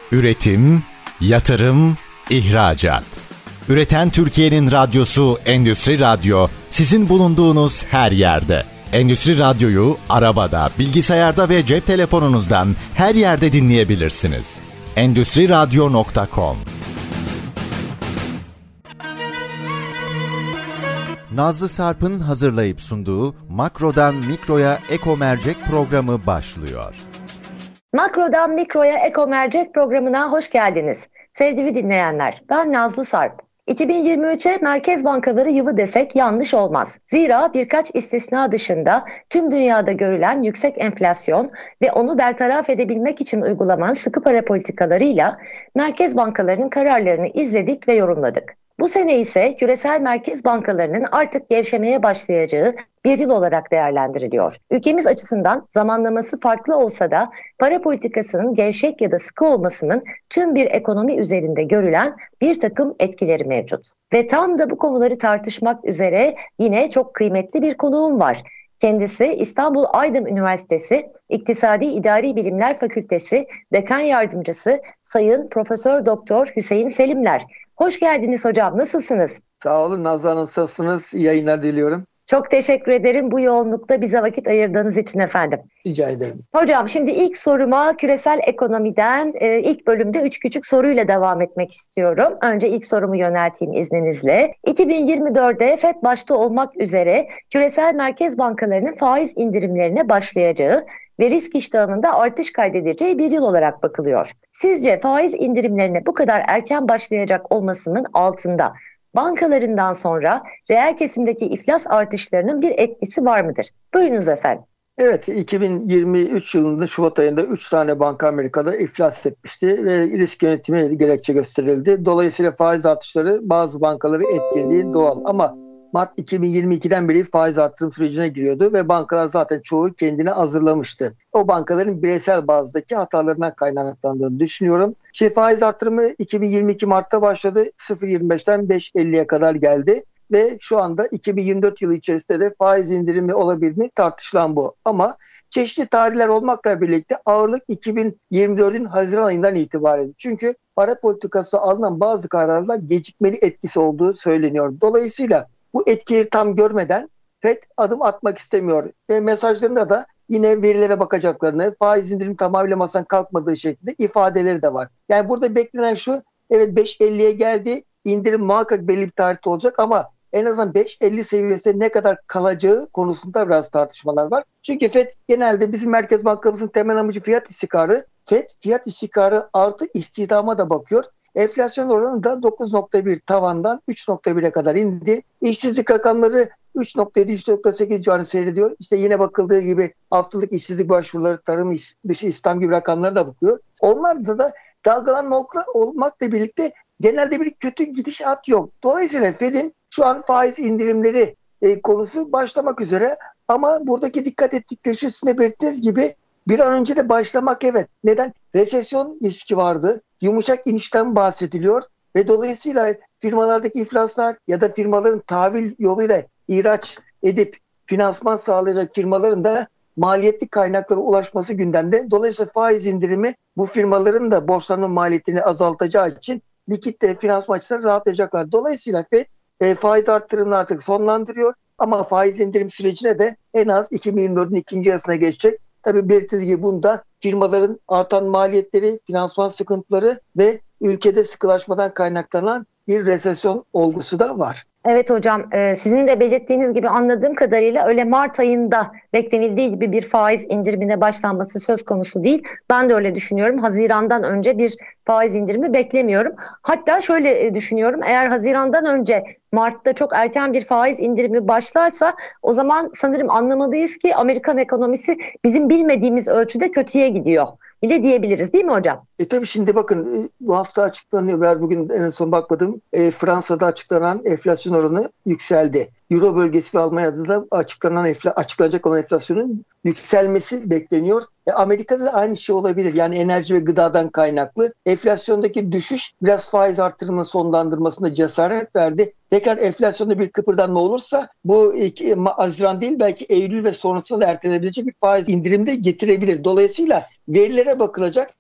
Üretim, yatırım, ihracat. Üreten Türkiye'nin radyosu Endüstri Radyo, sizin bulunduğunuz her yerde. Endüstri Radyo'yu arabada, bilgisayarda ve cep telefonunuzdan her yerde dinleyebilirsiniz. Endüstriradyo.com. Nazlı Sarp'ın hazırlayıp sunduğu Makro'dan Mikro'ya Eko Mercek programı başlıyor. Makro'dan Mikro'ya Eko Mercek programına hoş geldiniz. Sevgili dinleyenler, ben Nazlı Sarp. 2023'e merkez bankaları yılı desek yanlış olmaz. Zira birkaç istisna dışında tüm dünyada görülen yüksek enflasyon ve onu bertaraf edebilmek için uygulanan sıkı para politikalarıyla merkez bankalarının kararlarını izledik ve yorumladık. Bu sene ise küresel merkez bankalarının artık gevşemeye başlayacağı bir yıl olarak değerlendiriliyor. Ülkemiz açısından zamanlaması farklı olsa da para politikasının gevşek ya da sıkı olmasının tüm bir ekonomi üzerinde görülen bir takım etkileri mevcut. Ve tam da bu konuları tartışmak üzere yine çok kıymetli bir konuğum var. Kendisi İstanbul Aydın Üniversitesi İktisadi İdari Bilimler Fakültesi Dekan Yardımcısı Sayın Profesör Doktor Hüseyin Selimler. Hoş geldiniz hocam, nasılsınız? Sağ olun Nazlı Hanım, nasılsınız? İyi yayınlar diliyorum. Çok teşekkür ederim bu yoğunlukta bize vakit ayırdığınız için efendim. Rica ederim. Hocam şimdi ilk soruma küresel ekonomiden ilk bölümde 3 küçük soruyla devam etmek istiyorum. Önce ilk sorumu yönelteyim izninizle. 2024'de FED başta olmak üzere küresel merkez bankalarının faiz indirimlerine başlayacağı ve risk iştahının artış kaydedeceği bir yıl olarak bakılıyor. Sizce faiz indirimlerine bu kadar erken başlayacak olmasının altında bankalarından sonra reel kesimdeki iflas artışlarının bir etkisi var mıdır? Buyurunuz efendim. Evet, 2023 yılında Şubat ayında 3 tane banka Amerika'da iflas etmişti ve risk yönetimi gerekçe gösterildi. Dolayısıyla faiz artışları bazı bankaları etkilediği doğal ama Mart 2022'den beri faiz artırım sürecine giriyordu ve bankalar zaten çoğu kendini hazırlamıştı. O bankaların bireysel bazdaki hatalarından kaynaklandığını düşünüyorum. Şimdi faiz artırımı 2022 Mart'ta başladı. 0.25'ten 5.50'ye kadar geldi. Ve şu anda 2024 yılı içerisinde de faiz indirimi olabilir mi tartışılan bu. Ama çeşitli tarihler olmakla birlikte ağırlık 2024'ün Haziran ayından itibaren. Çünkü para politikası alınan bazı kararlar gecikmeli etkisi olduğu söyleniyor. Dolayısıyla bu etkileri tam görmeden FED adım atmak istemiyor. Ve mesajlarında da yine verilere bakacaklarını, faiz indirim tamamıyla masadan kalkmadığı şeklinde ifadeleri de var. Yani burada beklenen şu, evet 5.50'ye geldi, indirim muhakkak belli bir tarihte olacak ama en azından 5.50 seviyesinde ne kadar kalacağı konusunda biraz tartışmalar var. Çünkü FED genelde bizim Merkez Bankamızın temel amacı fiyat istikrarı. FED fiyat istikrarı artı istihdama da bakıyor. Enflasyon oranı da 9.1 tavandan 3.1'e kadar indi. İşsizlik rakamları 3.7-3.8 civarında seyrediyor. İşte yine bakıldığı gibi haftalık işsizlik başvuruları, tarım dışı istihdam gibi rakamlara da bakıyor. Onlarda da dalgalanma olmakla birlikte genelde bir kötü gidişat yok. Dolayısıyla Fed'in şu an faiz indirimleri konusu başlamak üzere ama buradaki dikkat ettikleri şu, sizin belirttiğiniz gibi bir an önce de başlamak, evet. Neden? Resesyon riski vardı. Yumuşak inişten bahsediliyor ve dolayısıyla firmalardaki iflaslar ya da firmaların tahvil yoluyla ihraç edip finansman sağlayacak firmaların da maliyetli kaynaklara ulaşması gündemde. Dolayısıyla faiz indirimi bu firmaların da borçlanma maliyetini azaltacağı için likitte finansman açısından rahatlayacaklar. Dolayısıyla FED faiz artırımını artık sonlandırıyor ama faiz indirim sürecine de en az 2024'ün ikinci yarısına geçecek. Tabii belirtildiği gibi bunda firmaların artan maliyetleri, finansman sıkıntıları ve ülkede sıkılaşmadan kaynaklanan bir resesyon olgusu da var. Evet hocam, sizin de belirttiğiniz gibi anladığım kadarıyla öyle Mart ayında beklenildiği gibi bir faiz indirimine başlanması söz konusu değil. Ben de öyle düşünüyorum. Haziran'dan önce bir faiz indirimi beklemiyorum. Hatta şöyle düşünüyorum, eğer Haziran'dan önce Mart'ta çok erken bir faiz indirimi başlarsa o zaman sanırım anlamalıyız ki Amerikan ekonomisi bizim bilmediğimiz ölçüde kötüye gidiyor bile diyebiliriz, değil mi hocam? Tabii şimdi bakın, bu hafta açıklanıyor. Ben bugün en son bakmadım. Fransa'da açıklanan enflasyon oranı yükseldi. Euro bölgesi ve Almanya'da da açıklanacak olan enflasyonun yükselmesi bekleniyor. Amerika'da da aynı şey olabilir. Yani enerji ve gıdadan kaynaklı. Enflasyondaki düşüş biraz faiz artırımının sonlandırmasına cesaret verdi. Tekrar enflasyonda bir kıpırdanma olursa bu Haziran değil belki Eylül ve sonrasında da ertelenebilecek bir faiz indirimde getirebilir. Dolayısıyla verilere bakılacak.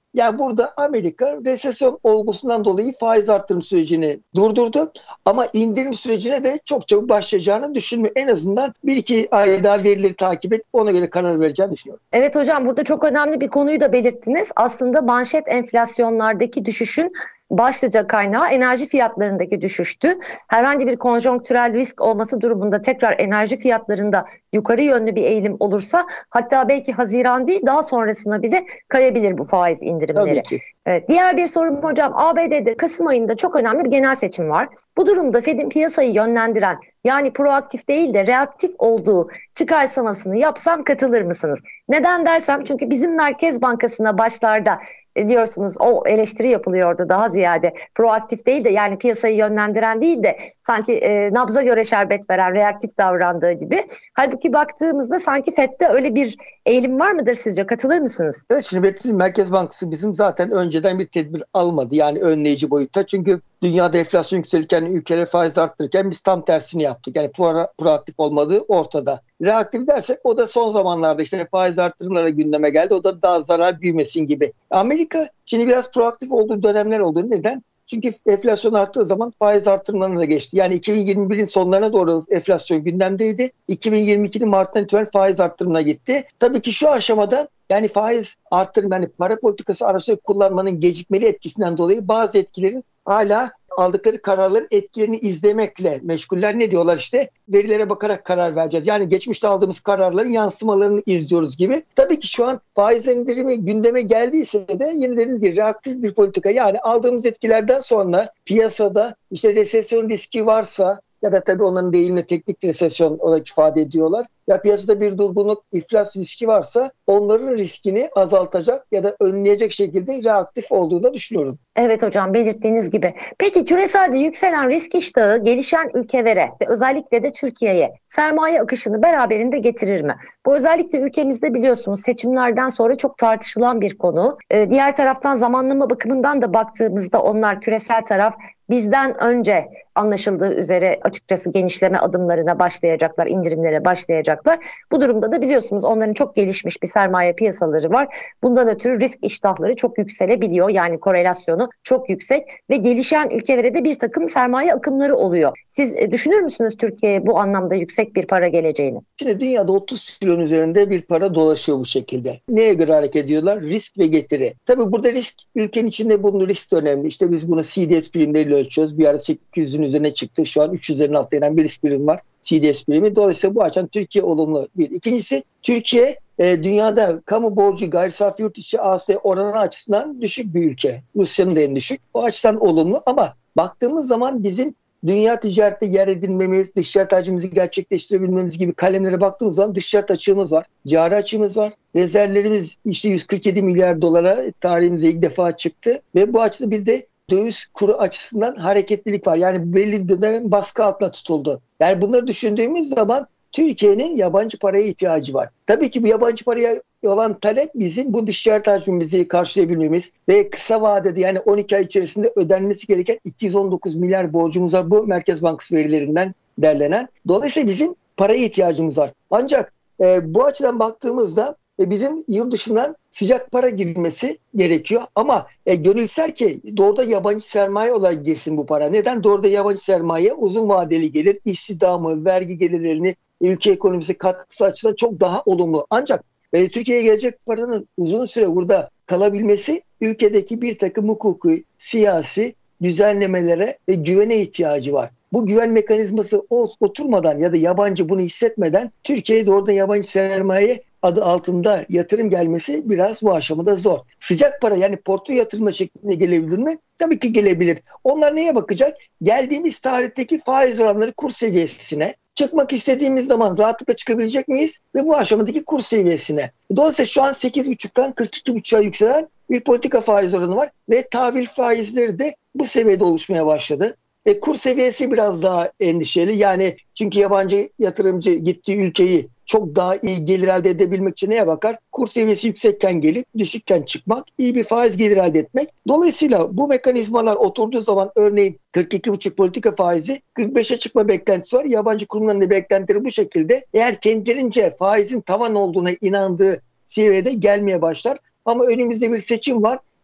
Yani burada Amerika resesyon olgusundan dolayı faiz artırım sürecini durdurdu. Ama indirim sürecine de çok çabuk başlayacağını düşünmüyor. En azından 1-2 ay daha verileri takip et, ona göre karar vereceğini düşünüyorum. Evet hocam, burada çok önemli bir konuyu da belirttiniz. Aslında manşet enflasyonlardaki düşüşün başlıca kaynağı enerji fiyatlarındaki düşüştü. Herhangi bir konjonktürel risk olması durumunda tekrar enerji fiyatlarında yukarı yönlü bir eğilim olursa, hatta belki Haziran değil daha sonrasına bile kayabilir bu faiz indirimleri. Tabii ki. Evet, diğer bir sorum hocam, ABD'de Kasım ayında çok önemli bir genel seçim var. Bu durumda Fed'in piyasayı yönlendiren, yani proaktif değil de reaktif olduğu çıkarsamasını yapsam katılır mısınız? Neden dersem, çünkü bizim Merkez Bankası'na başlarda diyorsunuz o eleştiri yapılıyordu, daha ziyade proaktif değil de, yani piyasayı yönlendiren değil de sanki nabza göre şerbet veren, reaktif davrandığı gibi. Halbuki baktığımızda sanki Fed'de öyle bir eğilim var mıdır sizce? Katılır mısınız? Evet, şimdi Merkez Bankası bizim zaten önceden bir tedbir almadı. Yani önleyici boyutta. Çünkü dünyada enflasyon yükselirken, ülkeler faiz arttırırken biz tam tersini yaptık. Yani proaktif olmadığı ortada. Reaktif dersek o da son zamanlarda işte faiz artırımları gündeme geldi. O da daha zarar büyümesin gibi. Amerika şimdi biraz proaktif olduğu dönemler oldu. Neden? Çünkü enflasyon arttığı zaman faiz artırımlarına da geçti. Yani 2021'in sonlarına doğru enflasyon gündemdeydi. 2022'nin Mart'tan itibaren faiz artırımına gitti. Tabii ki şu aşamada yani faiz artırım, yani para politikası araçları kullanmanın gecikmeli etkisinden dolayı bazı etkilerin hala aldıkları kararların etkilerini izlemekle meşguller. Ne diyorlar işte? Verilere bakarak karar vereceğiz. Yani geçmişte aldığımız kararların yansımalarını izliyoruz gibi. Tabii ki şu an faiz indirimi gündeme geldiyse de yine dediğiniz gibi reaktif bir politika. Yani aldığımız etkilerden sonra piyasada işte resesyon riski varsa, ya da tabii onların deyimle teknik resesyon olarak ifade ediyorlar. Ya piyasada bir durgunluk, iflas riski varsa onların riskini azaltacak ya da önleyecek şekilde reaktif olduğunu düşünüyorum. Evet hocam, belirttiğiniz gibi. Peki küreselde yükselen risk iştahı gelişen ülkelere ve özellikle de Türkiye'ye sermaye akışını beraberinde getirir mi? Bu özellikle ülkemizde biliyorsunuz seçimlerden sonra çok tartışılan bir konu. Diğer taraftan zamanlama bakımından da baktığımızda onlar, küresel taraf, bizden önce anlaşıldığı üzere açıkçası genişleme adımlarına başlayacaklar, indirimlere başlayacaklar. Bu durumda da biliyorsunuz onların çok gelişmiş bir sermaye piyasaları var. Bundan ötürü risk iştahları çok yükselebiliyor. Yani korelasyonu çok yüksek ve gelişen ülkelere de bir takım sermaye akımları oluyor. Siz düşünür müsünüz Türkiye'ye bu anlamda yüksek bir para geleceğini? Şimdi dünyada 30 trilyon üzerinde bir para dolaşıyor bu şekilde. Neye göre hareket ediyorlar? Risk ve getiri. Tabii burada risk, ülkenin içinde bulunduğu risk de önemli. İşte biz bunu CDS primleriyle ölçüyoruz. Bir ara 800'ün üzerine çıktı. Şu an 300'lerin altına bir risk primi var. CDS primi. Dolayısıyla bu açıdan Türkiye olumlu bir. İkincisi, Türkiye dünyada kamu borcu gayri safi yurt içi hasıla oranı açısından düşük bir ülke. Rusya'nın da en düşük. O açıdan olumlu ama baktığımız zaman bizim dünya ticarette yer edinmemiz, dış ticaret hacmimizi gerçekleştirebilmemiz gibi kalemlere baktığımız zaman dış ticaret açığımız var, cari açığımız var. Rezervlerimiz işte 147 milyar dolara tarihimize ilk defa çıktı ve bu açıda bir de döviz kuru açısından hareketlilik var. Yani belli bir dönem baskı altında tutuldu. Yani bunları düşündüğümüz zaman Türkiye'nin yabancı paraya ihtiyacı var. Tabii ki bu yabancı paraya olan talep bizim bu dış ticaret hacmimizi karşılayabilmemiz ve kısa vadede yani 12 ay içerisinde ödenmesi gereken 219 milyar borcumuz var. Bu Merkez Bankası verilerinden derlenen. Dolayısıyla bizim paraya ihtiyacımız var. Ancak bu açıdan baktığımızda bizim yurt dışından sıcak para girmesi gerekiyor. Ama gönül ister ki doğruda yabancı sermaye olarak girsin bu para. Neden? Doğruda yabancı sermaye uzun vadeli gelir, istihdamı, vergi gelirlerini ülke ekonomisi katkısı açısından çok daha olumlu. Ancak Türkiye'ye gelecek paranın uzun süre burada kalabilmesi ülkedeki bir takım hukuki, siyasi düzenlemelere ve güvene ihtiyacı var. Bu güven mekanizması oturmadan ya da yabancı bunu hissetmeden Türkiye'ye doğrudan yabancı sermaye adı altında yatırım gelmesi biraz bu aşamada zor. Sıcak para yani portföy yatırımı şeklinde gelebilir mi? Tabii ki gelebilir. Onlar neye bakacak? Geldiğimiz tarihteki faiz oranları kur seviyesine, çıkmak istediğimiz zaman rahatlıkla çıkabilecek miyiz? Ve bu aşamadaki kur seviyesine. Dolayısıyla şu an 8,5'tan 42,5'a yükselen bir politika faiz oranı var. Ve tahvil faizleri de bu seviyede oluşmaya başladı. Kur seviyesi biraz daha endişeli. Yani çünkü yabancı yatırımcı gittiği ülkeyi çok daha iyi gelir elde edebilmek için neye bakar? Kur seviyesi yüksekken gelip düşükken çıkmak, iyi bir faiz gelir elde etmek. Dolayısıyla bu mekanizmalar oturduğu zaman örneğin 42,5 politika faizi 45'e çıkma beklentisi var. Yabancı kurumların da beklentileri bu şekilde. Eğer kendilerince faizin tavan olduğuna inandığı seviyede gelmeye başlar. Ama önümüzde bir seçim var.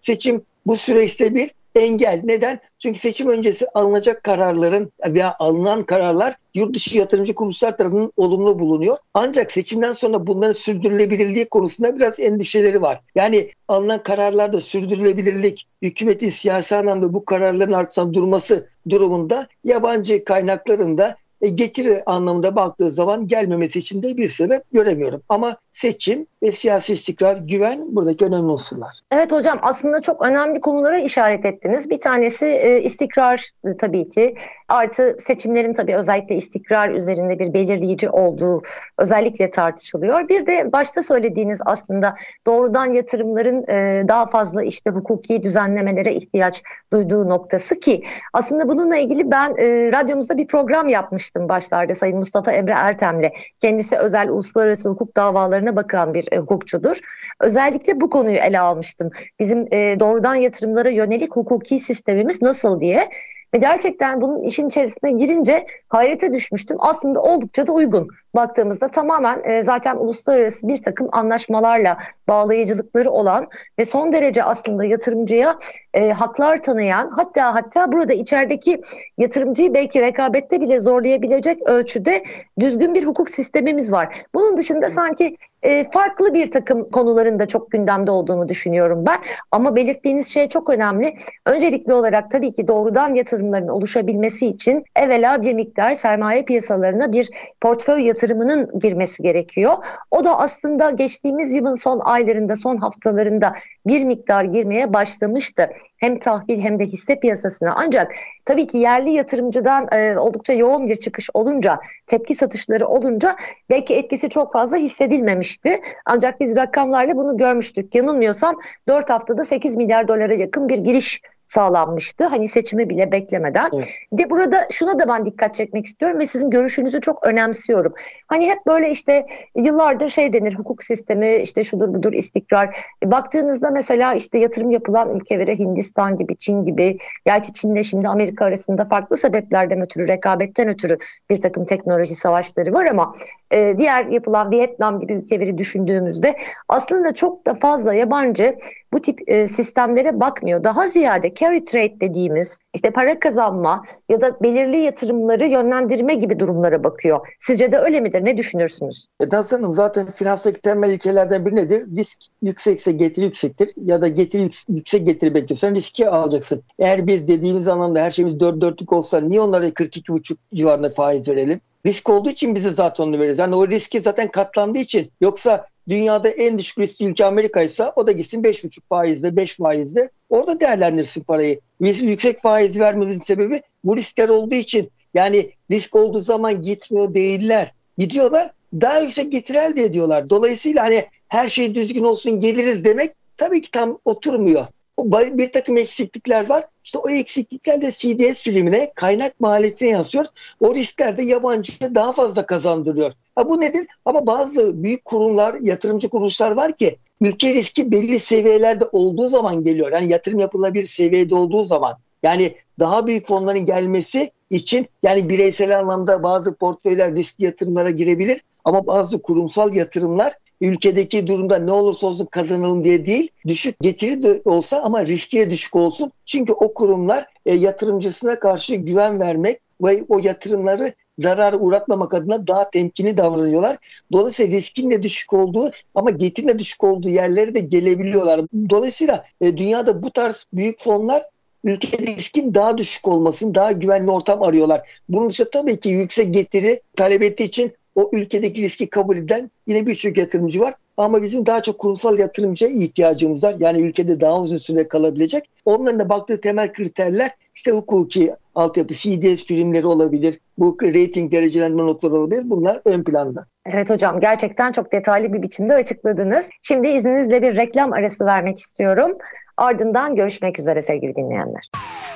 seçim bu süreçte bir engel. Neden? Çünkü seçim öncesi alınacak kararların veya alınan kararlar yurt dışı yatırımcı kuruluşlar tarafından olumlu bulunuyor. Ancak seçimden sonra bunların sürdürülebilirliği konusunda biraz endişeleri var. Yani alınan kararlarda sürdürülebilirlik, hükümetin siyasi anlamda bu kararların arkasında durması durumunda yabancı kaynakların da getiri anlamında baktığı zaman gelmemesi için de bir sebep göremiyorum. Ama seçim ve siyasi istikrar, güven buradaki önemli unsurlar. Evet hocam, aslında çok önemli konulara işaret ettiniz. Bir tanesi istikrar tabii ki. Artı seçimlerin tabii özellikle istikrar üzerinde bir belirleyici olduğu özellikle tartışılıyor. Bir de başta söylediğiniz aslında doğrudan yatırımların daha fazla işte hukuki düzenlemelere ihtiyaç duyduğu noktası ki aslında bununla ilgili ben radyomuzda bir program yapmıştım başlarda Sayın Mustafa Emre Ertem'le. Kendisi özel uluslararası hukuk davalarına bakan bir hukukçudur. Özellikle bu konuyu ele almıştım. Bizim doğrudan yatırımlara yönelik hukuki sistemimiz nasıl diye. Ve gerçekten bunun işin içerisine girince hayrete düşmüştüm. Aslında oldukça da uygun. Baktığımızda tamamen zaten uluslararası bir takım anlaşmalarla bağlayıcılıkları olan ve son derece aslında yatırımcıya haklar tanıyan, hatta burada içerideki yatırımcıyı belki rekabette bile zorlayabilecek ölçüde düzgün bir hukuk sistemimiz var. Bunun dışında sanki farklı bir takım konuların da çok gündemde olduğunu düşünüyorum ben. Ama belirttiğiniz şey çok önemli. Öncelikli olarak tabii ki doğrudan yatırımların oluşabilmesi için evvela bir miktar sermaye piyasalarına bir portföy yatırımının girmesi gerekiyor. O da aslında geçtiğimiz yılın son aylarında, son haftalarında bir miktar girmeye başlamıştı. Hem tahvil hem de hisse piyasasına. Ancak tabii ki yerli yatırımcıdan oldukça yoğun bir çıkış olunca, tepki satışları olunca belki etkisi çok fazla hissedilmemişti. Ancak biz rakamlarla bunu görmüştük. Yanılmıyorsam 4 haftada 8 milyar dolara yakın bir giriş sağlanmıştı. Hani seçimi bile beklemeden. Evet. De burada şuna da ben dikkat çekmek istiyorum ve sizin görüşünüzü çok önemsiyorum. Hani hep böyle işte yıllardır şey denir, hukuk sistemi işte şudur budur istikrar. Baktığınızda mesela işte yatırım yapılan ülkelere Hindistan gibi, Çin gibi, gerçi Çin'le şimdi Amerika arasında farklı sebeplerden ötürü, rekabetten ötürü bir takım teknoloji savaşları var ama diğer yapılan Vietnam gibi ülkeleri düşündüğümüzde aslında çok da fazla yabancı bu tip sistemlere bakmıyor. Daha ziyade carry trade dediğimiz işte para kazanma ya da belirli yatırımları yönlendirme gibi durumlara bakıyor. Sizce de öyle midir? Ne düşünürsünüz? Nazlı Hanım, zaten finanstaki temel ilkelerden biri nedir? Risk yüksekse getiri yüksektir ya da yüksek getiri bekliyorsan riski alacaksın. Eğer biz dediğimiz anlamda her şeyimiz dörtlük olsa niye onlara 42,5 civarında faiz verelim? Risk olduğu için bize zaten onu veririz. Yani o riski zaten katlandığı için. Yoksa dünyada en düşük riskli ülke Amerika ise o da gitsin 5,5 faizle, 5 faizle orada değerlendirsin parayı. Biz yüksek faiz vermemizin sebebi bu riskler olduğu için. Yani risk olduğu zaman gitmiyor değiller. Gidiyorlar, daha yüksek getiri elde ediyorlar. Dolayısıyla hani her şey düzgün olsun geliriz demek tabii ki tam oturmuyor. Bir takım eksiklikler var. İşte o eksiklikler de CDS filmine, kaynak maliyetine yansıyor. O riskler de yabancıya daha fazla kazandırıyor. Bu nedir? Ama bazı büyük kurumlar, yatırımcı kuruluşlar var ki ülke riski belli seviyelerde olduğu zaman geliyor. Yani yatırım yapılabilir seviyede olduğu zaman. Yani daha büyük fonların gelmesi için yani bireysel anlamda bazı portföyler riskli yatırımlara girebilir. Ama bazı kurumsal yatırımlar ülkedeki durumda ne olursa olsun kazanalım diye değil, düşük getiri de olsa ama riskiye düşük olsun. Çünkü o kurumlar yatırımcısına karşı güven vermek ve o yatırımları zarara uğratmamak adına daha temkinli davranıyorlar. Dolayısıyla riskin de düşük olduğu ama getirin de düşük olduğu yerlere de gelebiliyorlar. Dolayısıyla dünyada bu tarz büyük fonlar ülkede riskin daha düşük olmasını, daha güvenli ortam arıyorlar. Bunun dışında tabii ki yüksek getiri talep ettiği için o ülkedeki riski kabul eden yine birçok yatırımcı var. Ama bizim daha çok kurumsal yatırımcıya ihtiyacımız var. Yani ülkede daha uzun süre kalabilecek. Onların da baktığı temel kriterler işte hukuki altyapı, CDS primleri olabilir. Bu rating derecelenme notları olabilir. Bunlar ön planda. Evet hocam, gerçekten çok detaylı bir biçimde açıkladınız. Şimdi izninizle bir reklam arası vermek istiyorum. Ardından görüşmek üzere sevgili dinleyenler.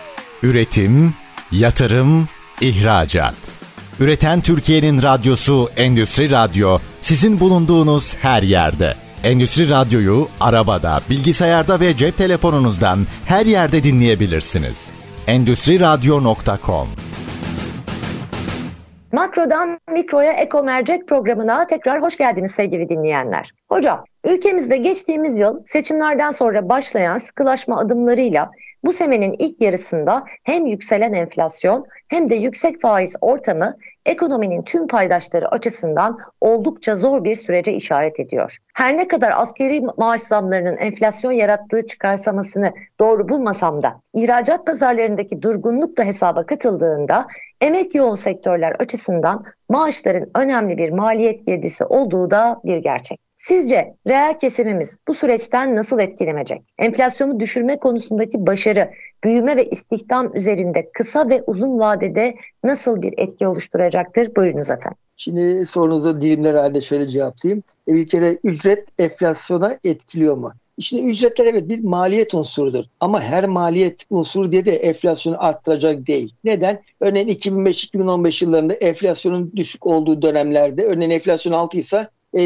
Üretim, yatırım, ihracat. Üreten Türkiye'nin radyosu Endüstri Radyo, sizin bulunduğunuz her yerde. Endüstri Radyo'yu arabada, bilgisayarda ve cep telefonunuzdan her yerde dinleyebilirsiniz. Endüstriradyo.com. Makrodan Mikro'ya Eko Mercek programına tekrar hoş geldiniz sevgili dinleyenler. Hocam, ülkemizde geçtiğimiz yıl seçimlerden sonra başlayan sıkılaşma adımlarıyla bu senenin ilk yarısında hem yükselen enflasyon hem de yüksek faiz ortamı ekonominin tüm paydaşları açısından oldukça zor bir sürece işaret ediyor. Her ne kadar asgari maaş zamlarının enflasyon yarattığı çıkarsamasını doğru bulmasam da ihracat pazarlarındaki durgunluk da hesaba katıldığında emek yoğun sektörler açısından maaşların önemli bir maliyet girdisi olduğu da bir gerçek. Sizce reel kesimimiz bu süreçten nasıl etkilenecek? Enflasyonu düşürme konusundaki başarı, büyüme ve istihdam üzerinde kısa ve uzun vadede nasıl bir etki oluşturacaktır? Buyurunuz efendim. Şimdi sorunuzu dilimler halinde şöyle cevaplayayım. Bir kere ücret enflasyona etkiliyor mu? Şimdi ücretler evet bir maliyet unsurudur ama her maliyet unsuru diye de enflasyonu arttıracak değil. Neden? Örneğin 2005-2015 yıllarında enflasyonun düşük olduğu dönemlerde örneğin enflasyon 6 ise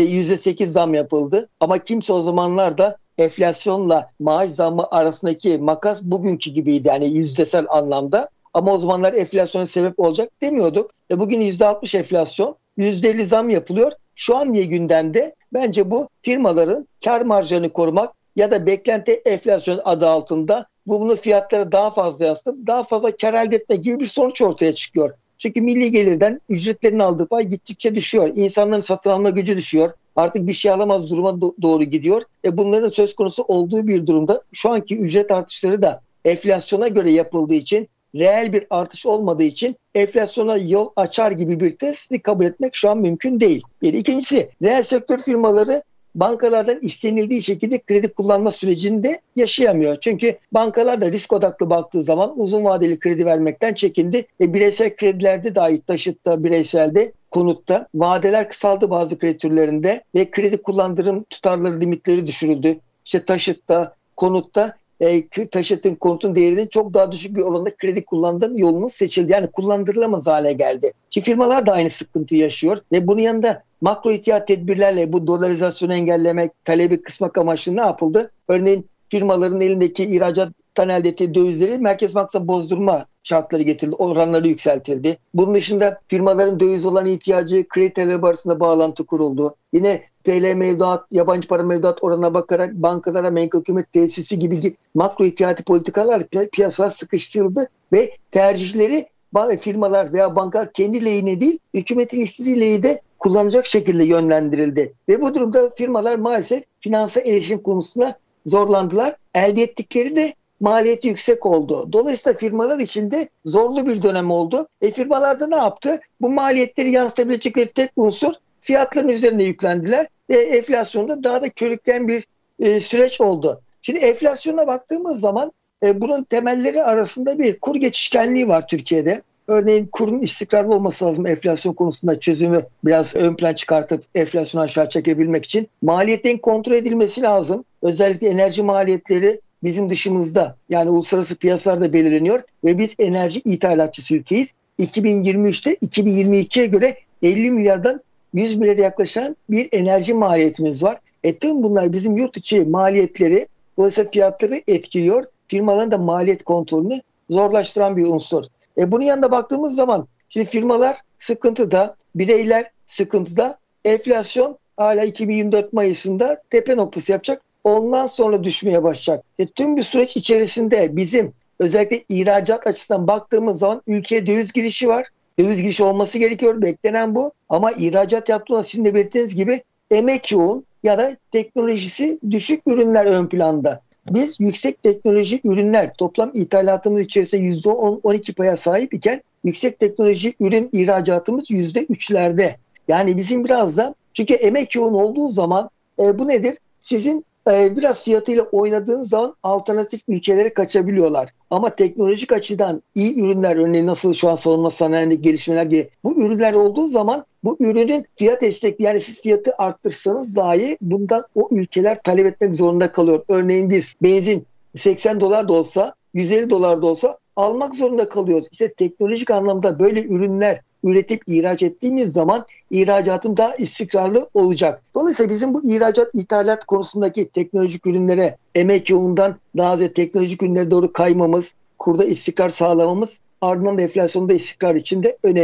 %8 zam yapıldı. Ama kimse o zamanlarda enflasyonla maaş zammı arasındaki makas bugünkü gibiydi yani yüzdesel anlamda. Ama o zamanlar enflasyona sebep olacak demiyorduk. Bugün %60 enflasyon, %50 zam yapılıyor. Şu an niye gündemde? Bence bu firmaların kar marjlarını korumak ya da beklenti enflasyon adı altında bunu fiyatlara daha fazla yansıtıp daha fazla kar elde etme gibi bir sonuç ortaya çıkıyor. Çünkü milli gelirden ücretlerin aldığı pay gittikçe düşüyor. İnsanların satın alma gücü düşüyor. Artık bir şey alamaz duruma doğru gidiyor. Bunların söz konusu olduğu bir durumda şu anki ücret artışları da enflasyona göre yapıldığı için reel bir artış olmadığı için enflasyona yol açar gibi bir testi kabul etmek şu an mümkün değil. İkincisi reel sektör firmaları bankalardan istenildiği şekilde kredi kullanma sürecinde yaşayamıyor. Çünkü bankalar da risk odaklı baktığı zaman uzun vadeli kredi vermekten çekindi. Bireysel kredilerde dahi taşıtta, bireyselde, konutta vadeler kısaldı bazı kredi türlerinde ve kredi kullandırım tutarları limitleri düşürüldü. İşte taşıtta, konutta taşıtın, konutun değerinin çok daha düşük bir oranda kredi kullandırma yolumuz seçildi. Yani kullandırılamaz hale geldi. Ki firmalar da aynı sıkıntıyı yaşıyor ve bunun yanında makro ihtiyat tedbirlerle bu dolarizasyonu engellemek, talebi kısmak amaçlı ne yapıldı? Örneğin firmaların elindeki ihracattan elde ettiği dövizleri Merkez Bankası'na bozdurma şartları getirildi, oranları yükseltildi. Bunun dışında firmaların döviz olan ihtiyacı kredi talebi arasında bağlantı kuruldu. Yine TL mevduat, yabancı para mevduat oranına bakarak bankalara menkul hükümet tesisi gibi makro ihtiyati politikalar piyasaya sıkıştırıldı ve tercihleri firmalar veya bankalar kendi lehine değil, hükümetin istediği lehine kullanacak şekilde yönlendirildi. Ve bu durumda firmalar maalesef finansa erişim konusunda zorlandılar. Elde ettikleri de maliyeti yüksek oldu. Dolayısıyla firmalar için de zorlu bir dönem oldu. Firmalar da ne yaptı? Bu maliyetleri yansıtabilecekleri tek unsur fiyatların üzerine yüklendiler ve enflasyonda daha da körükleyen bir süreç oldu. Şimdi enflasyona baktığımız zaman bunun temelleri arasında bir kur geçişkenliği var Türkiye'de. Örneğin kurun istikrarlı olması lazım enflasyon konusunda çözümü biraz ön plan çıkartıp enflasyonu aşağı çekebilmek için. Maliyetlerin kontrol edilmesi lazım. Özellikle enerji maliyetleri bizim dışımızda yani uluslararası piyasalarda belirleniyor ve biz enerji ithalatçısı ülkeyiz. 2023'te 2022'ye göre 50 milyardan 100 milyara yaklaşan bir enerji maliyetimiz var. Tüm bunlar bizim yurt içi maliyetleri dolayısıyla fiyatları etkiliyor. Firmaların da maliyet kontrolünü zorlaştıran bir unsur. Bunun yanında baktığımız zaman şimdi firmalar sıkıntıda, bireyler sıkıntıda, enflasyon hala 2024 Mayıs'ında tepe noktası yapacak. Ondan sonra düşmeye başlayacak. Tüm bir süreç içerisinde bizim özellikle ihracat açısından baktığımız zaman ülkeye döviz girişi var. Döviz girişi olması gerekiyor. Beklenen bu. Ama ihracat yaptığında sizin de belirttiğiniz gibi emek yoğun ya da teknolojisi düşük ürünler ön planda. Biz yüksek teknoloji ürünler toplam ithalatımız içerisinde %10-12 paya sahip iken yüksek teknoloji ürün ihracatımız %3'lerde. Yani bizim biraz da çünkü emek yoğun olduğu zaman bu nedir? Sizin biraz fiyatıyla oynadığınız zaman alternatif ülkelere kaçabiliyorlar. Ama teknolojik açıdan iyi ürünler örneğin nasıl şu an savunma sanayindeki gelişmeler gibi bu ürünler olduğu zaman bu ürünün fiyat destekli yani siz fiyatı arttırsanız dahi bundan o ülkeler talep etmek zorunda kalıyor. Örneğin biz benzin $80 da olsa $150 da olsa almak zorunda kalıyoruz. İşte teknolojik anlamda böyle ürünler üretip ihraç ettiğimiz zaman ihracatım daha istikrarlı olacak. Dolayısıyla bizim bu ihracat, ithalat konusundaki teknolojik ürünlere emek yoğundan daha az teknolojik ürünlere doğru kaymamız, kurda istikrar sağlamamız, ardından da enflasyonda istikrar için de önemli.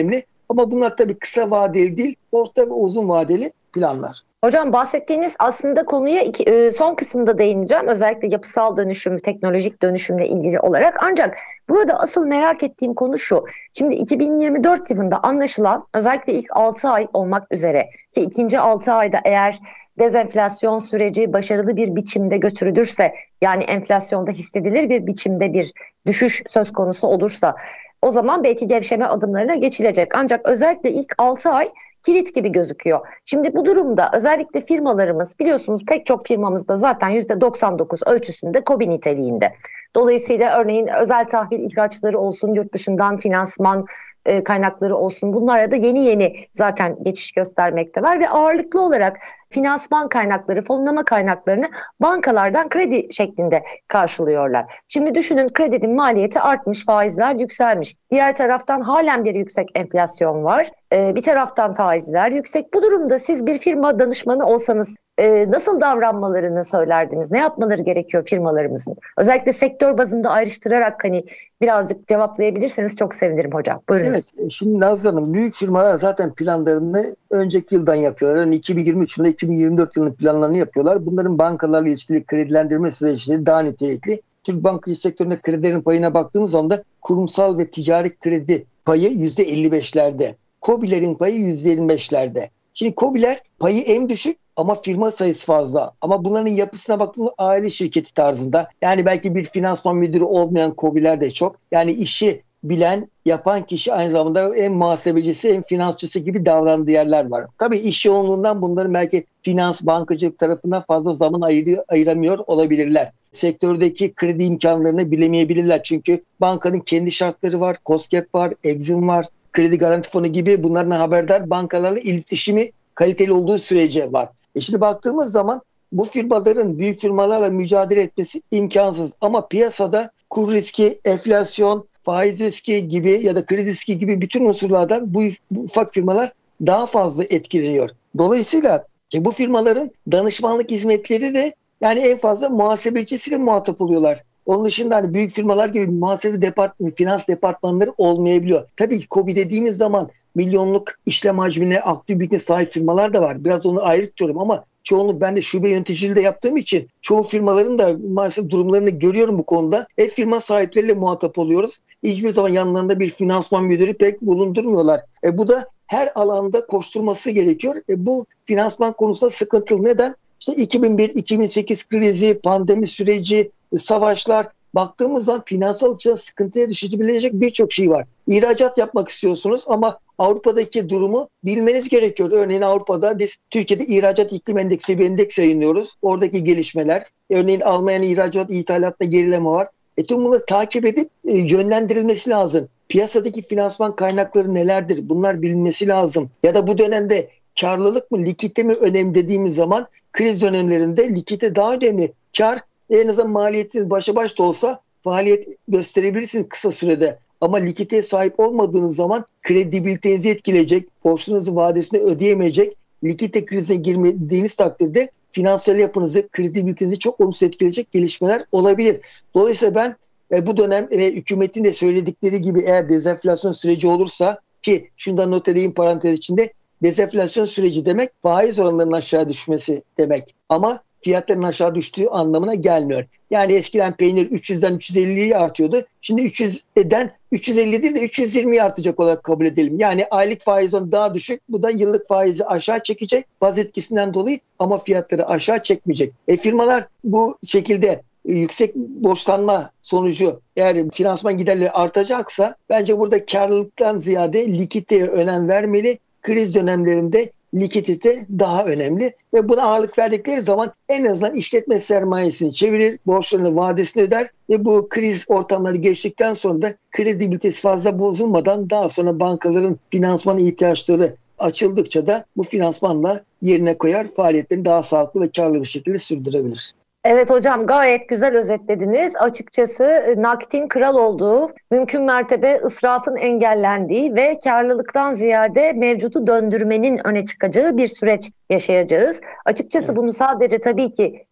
Ama bunlar tabii kısa vadeli değil, orta ve uzun vadeli planlar. Hocam bahsettiğiniz aslında konuya son kısımda değineceğim. Özellikle yapısal dönüşüm, teknolojik dönüşümle ilgili olarak. Ancak burada asıl merak ettiğim konu şu. Şimdi 2024 yılında anlaşılan özellikle ilk 6 ay olmak üzere ki ikinci 6 ayda eğer dezenflasyon süreci başarılı bir biçimde götürülürse, yani enflasyonda hissedilir bir biçimde bir düşüş söz konusu olursa, o zaman belki gevşeme adımlarına geçilecek. Ancak özellikle ilk 6 ay kilit gibi gözüküyor. Şimdi bu durumda özellikle firmalarımız, biliyorsunuz pek çok firmamızda zaten %99 ölçüsünde KOBİ niteliğinde. Dolayısıyla örneğin özel tahvil ihraçları olsun, yurt dışından finansman kaynakları olsun, bunlara da yeni zaten geçiş göstermekteler ve ağırlıklı olarak finansman kaynakları, fonlama kaynaklarını bankalardan kredi şeklinde karşılıyorlar. Şimdi düşünün, kredinin maliyeti artmış, faizler yükselmiş. Diğer taraftan halen bir yüksek enflasyon var. Bir taraftan faizler yüksek. Bu durumda siz bir firma danışmanı olsanız nasıl davranmalarını söylerdiniz? Ne yapmaları gerekiyor firmalarımızın? Özellikle sektör bazında ayrıştırarak birazcık cevaplayabilirseniz çok sevinirim hocam. Buyurunuz. Evet, şimdi Nazlı Hanım, büyük firmalar zaten planlarını önceki yıldan yapıyorlar. Yani 2023 yılında 2024 yılının planlarını yapıyorlar. Bunların bankalarla ilişkili kredilendirme süreçleri daha nitelikli. Türk bankacılık sektöründe kredilerin payına baktığımız zaman da kurumsal ve ticari kredi payı %55'lerde. KOBİ'lerin payı %25'lerde. Şimdi KOBİ'ler payı en düşük ama firma sayısı fazla. Ama bunların yapısına baktığımızda aile şirketi tarzında. Yani belki bir finansman müdürü olmayan KOBİ'ler de çok. Yani işi bilen, yapan kişi aynı zamanda hem muhasebecisi hem finansçısı gibi davrandığı yerler var. Tabii iş yoğunluğundan bunların belki finans, bankacılık tarafından fazla zaman ayıramıyor olabilirler. Sektördeki kredi imkanlarını bilemeyebilirler. Çünkü bankanın kendi şartları var, KOSGEB var, Exim var, kredi garanti fonu gibi, bunlardan haberdar, bankalarla iletişimi kaliteli olduğu sürece var. Şimdi baktığımız zaman bu firmaların büyük firmalarla mücadele etmesi imkansız. Ama piyasada kur riski, enflasyon, faiz riski gibi ya da kredi riski gibi bütün unsurlardan bu ufak firmalar daha fazla etkileniyor. Dolayısıyla bu firmaların danışmanlık hizmetleri de yani en fazla muhasebecisiyle muhatap oluyorlar. Onun dışında büyük firmalar gibi muhasebe departmanı, finans departmanları olmayabiliyor. Tabii ki KOBİ dediğimiz zaman milyonluk işlem hacmine, aktif bilgine sahip firmalar da var. Biraz onu ayrı tutuyorum ama çoğunluk, ben de şube yöneticiliği de yaptığım için çoğu firmaların da maalesef durumlarını görüyorum bu konuda. Firma sahipleriyle muhatap oluyoruz. Hiçbir zaman yanlarında bir finansman müdürü pek bulundurmuyorlar. Bu da her alanda koşturması gerekiyor. Bu finansman konusunda sıkıntılı. Neden? İşte 2001-2008 krizi, pandemi süreci, savaşlar, baktığımız zaman finansal açıdan sıkıntıya düşebilecek birçok şey var. İhracat yapmak istiyorsunuz ama Avrupa'daki durumu bilmeniz gerekiyor. Örneğin Avrupa'da biz Türkiye'de ihracat iklim endeksi bir endeks yayınlıyoruz. Oradaki gelişmeler, örneğin Almanya'nın ihracat ithalatında gerileme var. Tüm bunları takip edip yönlendirilmesi lazım. Piyasadaki finansman kaynakları nelerdir? Bunlar bilinmesi lazım. Ya da bu dönemde karlılık mı, likidite mi önemli dediğimiz zaman kriz dönemlerinde likidite daha önemli. Kar, en azından maliyetiniz başa baş da olsa faaliyet gösterebilirsiniz kısa sürede. Ama likiditeye sahip olmadığınız zaman kredibilitenizi etkileyecek, borçlarınızı vadesinde ödeyemeyecek, likidite krizine girmediğiniz takdirde finansal yapınızı, kredibilitenizi çok olumsuz etkileyecek gelişmeler olabilir. Dolayısıyla ben bu dönem hükümetin de söyledikleri gibi eğer dezenflasyon süreci olursa, ki şundan not edeyim parantez içinde, dezenflasyon süreci demek faiz oranlarının aşağı düşmesi demek. Ama fiyatların aşağı düştüğü anlamına gelmiyor. Yani eskiden peynir 300'den 350'ye artıyordu. Şimdi 300'den 350 değil de 320'ye artacak olarak kabul edelim. Yani aylık faiz oranı daha düşük. Bu da yıllık faizi aşağı çekecek baz etkisinden dolayı ama fiyatları aşağı çekmeyecek. Firmalar bu şekilde yüksek borçlanma sonucu eğer finansman giderleri artacaksa bence burada karlılıktan ziyade likiditeye önem vermeli. Kriz dönemlerinde likidite daha önemli ve buna ağırlık verdikleri zaman en azından işletme sermayesini çevirir, borçlarını vadesini öder ve bu kriz ortamları geçtikten sonra da kredibilitesi fazla bozulmadan daha sonra bankaların finansman ihtiyaçları açıldıkça da bu finansmanla yerine koyar, faaliyetlerini daha sağlıklı ve karlı bir şekilde sürdürebilir. Evet hocam, gayet güzel özetlediniz. Açıkçası nakitin kral olduğu, mümkün mertebe ısrafın engellendiği ve karlılıktan ziyade mevcutu döndürmenin öne çıkacağı bir süreç yaşayacağız. Açıkçası bunu sadece tabii ki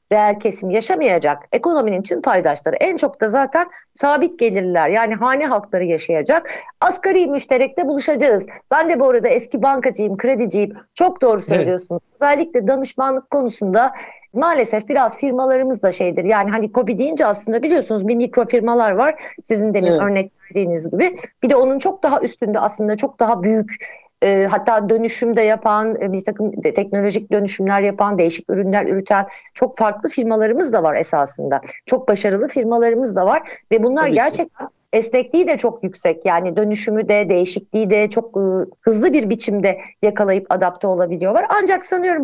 reel kesim yaşamayacak. Ekonominin tüm paydaşları, en çok da zaten sabit gelirliler, yani hane halkları yaşayacak. Asgari müşterekte buluşacağız. Ben de bu arada eski bankacıyım, krediciyim. Çok doğru söylüyorsunuz. Evet. Özellikle danışmanlık konusunda maalesef biraz firmalarımız da şeydir. Yani hani KOBİ deyince aslında biliyorsunuz bir mikro firmalar var. Sizin demin örnek verdiğiniz gibi. Bir de onun çok daha üstünde aslında çok daha büyük, hatta dönüşümde yapan, bir takım teknolojik dönüşümler yapan, değişik ürünler üreten çok farklı firmalarımız da var esasında. Çok başarılı firmalarımız da var ve bunlar tabii gerçekten esnekliği de çok yüksek. Yani dönüşümü de, değişikliği de çok hızlı bir biçimde yakalayıp adapte olabiliyorlar. Ancak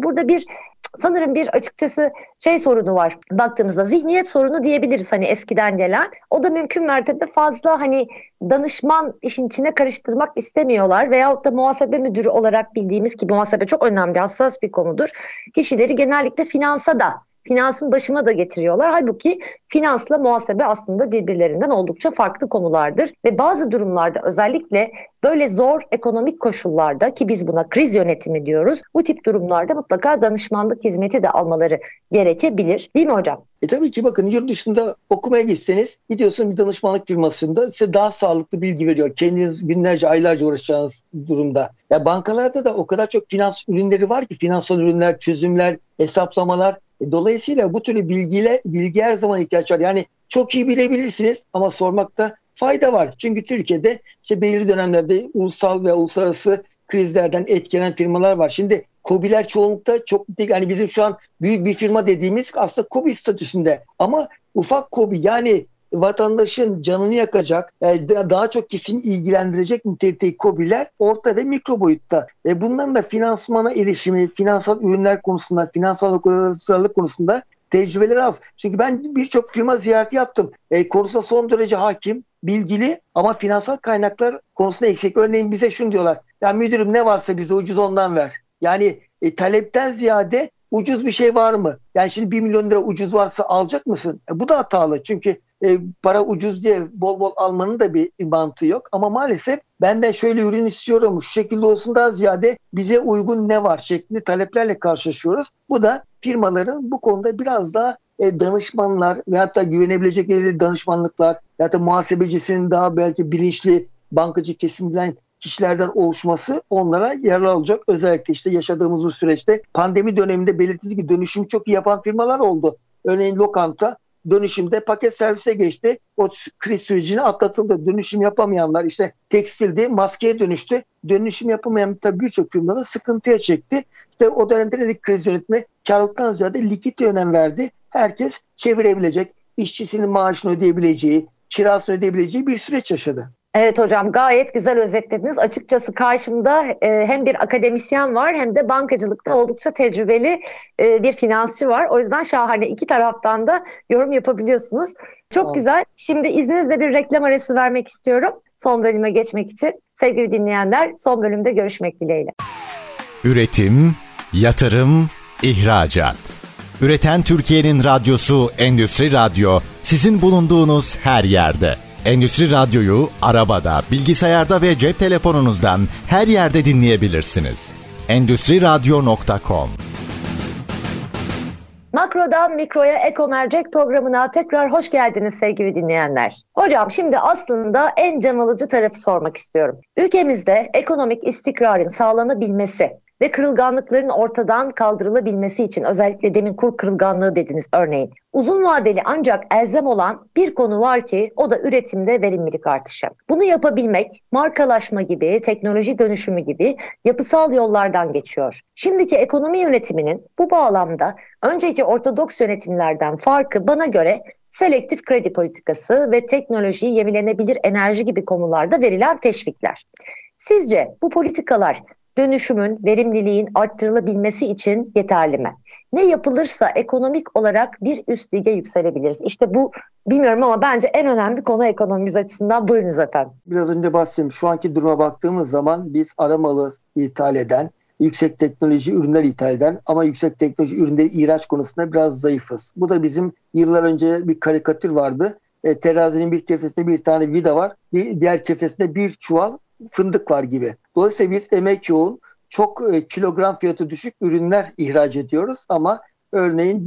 sanırım bir açıkçası sorunu var. Baktığımızda zihniyet sorunu diyebiliriz hani eskiden gelen. O da mümkün mertebe fazla hani danışman işin içine karıştırmak istemiyorlar veyahut da muhasebe müdürü olarak bildiğimiz ki muhasebe çok önemli, hassas bir konudur. Kişileri genellikle finansın başına da getiriyorlar. Halbuki finansla muhasebe aslında birbirlerinden oldukça farklı konulardır. Ve bazı durumlarda özellikle böyle zor ekonomik koşullarda ki biz buna kriz yönetimi diyoruz. Bu tip durumlarda mutlaka danışmanlık hizmeti de almaları gerekebilir. Değil mi hocam? Tabii ki bakın yurt dışında okumaya gitseniz gidiyorsun bir danışmanlık firmasında size daha sağlıklı bilgi veriyor. Kendiniz günlerce aylarca uğraşacağınız durumda. Ya bankalarda da o kadar çok finans ürünleri var ki finansal ürünler, çözümler, hesaplamalar. Dolayısıyla bu türlü bilgi her zaman ihtiyaç var. Yani çok iyi bilebilirsiniz ama sormakta fayda var. Çünkü Türkiye'de belirli dönemlerde ulusal ve uluslararası krizlerden etkilenen firmalar var. Şimdi KOBİ'ler çoğunlukta çok değil. Yani bizim şu an büyük bir firma dediğimiz aslında KOBİ statüsünde. Ama ufak KOBİ yani vatandaşın canını yakacak, daha çok kesim ilgilendirecek nitelikteki KOBİ'ler orta ve mikro boyutta. Bunların da finansmana erişimi, finansal ürünler konusunda, finansal okuryazarlık konusunda tecrübeleri az. Çünkü ben birçok firma ziyareti yaptım. Konusunda son derece hakim, bilgili ama finansal kaynaklar konusunda eksik. Örneğin bize şunu diyorlar. Ya müdürüm ne varsa bize ucuz ondan ver. Yani talepten ziyade ucuz bir şey var mı? Yani şimdi 1 milyon lira ucuz varsa alacak mısın? Bu da hatalı. Çünkü para ucuz diye bol bol almanın da bir mantığı yok. Ama maalesef benden şöyle ürün istiyorum, şu şekilde olsun daha ziyade bize uygun ne var şeklinde taleplerle karşılaşıyoruz. Bu da firmaların bu konuda biraz daha danışmanlar ve hatta güvenebilecek danışmanlıklar ya da muhasebecisinin daha belki bilinçli bankacı kesimden kişilerden oluşması onlara yararlı olacak. Özellikle işte yaşadığımız bu süreçte pandemi döneminde belirttiğiniz gibi dönüşümü çok iyi yapan firmalar oldu. Örneğin lokanta dönüşümde paket servise geçti. O kriz sürecini atlatıldı. Dönüşüm yapamayanlar işte tekstildi, maskeye dönüştü. Dönüşüm yapamayan tabii birçok firmada sıkıntıya çekti. İşte o dönemde dedik kriz yönetimi karlılıktan ziyade likidite önem verdi. Herkes çevirebilecek, işçisinin maaşını ödeyebileceği, kirasını ödeyebileceği bir süreç yaşadı. Evet hocam, gayet güzel özetlediniz. Açıkçası karşımda hem bir akademisyen var hem de bankacılıkta oldukça tecrübeli bir finansçı var. O yüzden şahane, iki taraftan da yorum yapabiliyorsunuz. Çok güzel. Şimdi izninizle bir reklam arası vermek istiyorum. Son bölüme geçmek için. Sevgili dinleyenler, son bölümde görüşmek dileğiyle. Üretim, yatırım, ihracat. Üreten Türkiye'nin radyosu Endüstri Radyo, sizin bulunduğunuz her yerde. Endüstri Radyo'yu arabada, bilgisayarda ve cep telefonunuzdan her yerde dinleyebilirsiniz. Endüstriradyo.com. Makrodan Mikro'ya Eko Mercek programına tekrar hoş geldiniz sevgili dinleyenler. Hocam şimdi aslında en can alıcı tarafı sormak istiyorum. Ülkemizde ekonomik istikrarın sağlanabilmesi ve kırılganlıkların ortadan kaldırılabilmesi için, özellikle demin kur kırılganlığı dediniz örneğin, uzun vadeli ancak elzem olan bir konu var ki o da üretimde verimlilik artışı. Bunu yapabilmek markalaşma gibi, teknoloji dönüşümü gibi yapısal yollardan geçiyor. Şimdiki ekonomi yönetiminin bu bağlamda önceki ortodoks yönetimlerden farkı bana göre selektif kredi politikası ve teknoloji, yenilenebilir enerji gibi konularda verilen teşvikler. Sizce bu politikalar dönüşümün, verimliliğin arttırılabilmesi için yeterli mi? Ne yapılırsa ekonomik olarak bir üst lige yükselebiliriz? İşte bu, bilmiyorum ama bence en önemli konu ekonomimiz açısından. Buyurunuz efendim. Biraz önce bahsettim. Şu anki duruma baktığımız zaman biz aramalı ithal eden, yüksek teknoloji ürünler ithal eden ama yüksek teknoloji ürünleri ihraç konusunda biraz zayıfız. Bu da bizim yıllar önce bir karikatür vardı. Terazinin bir kefesinde bir tane vida var, bir diğer kefesinde bir çuval fındık var gibi. Dolayısıyla biz emek yoğun, çok kilogram fiyatı düşük ürünler ihraç ediyoruz ama örneğin bir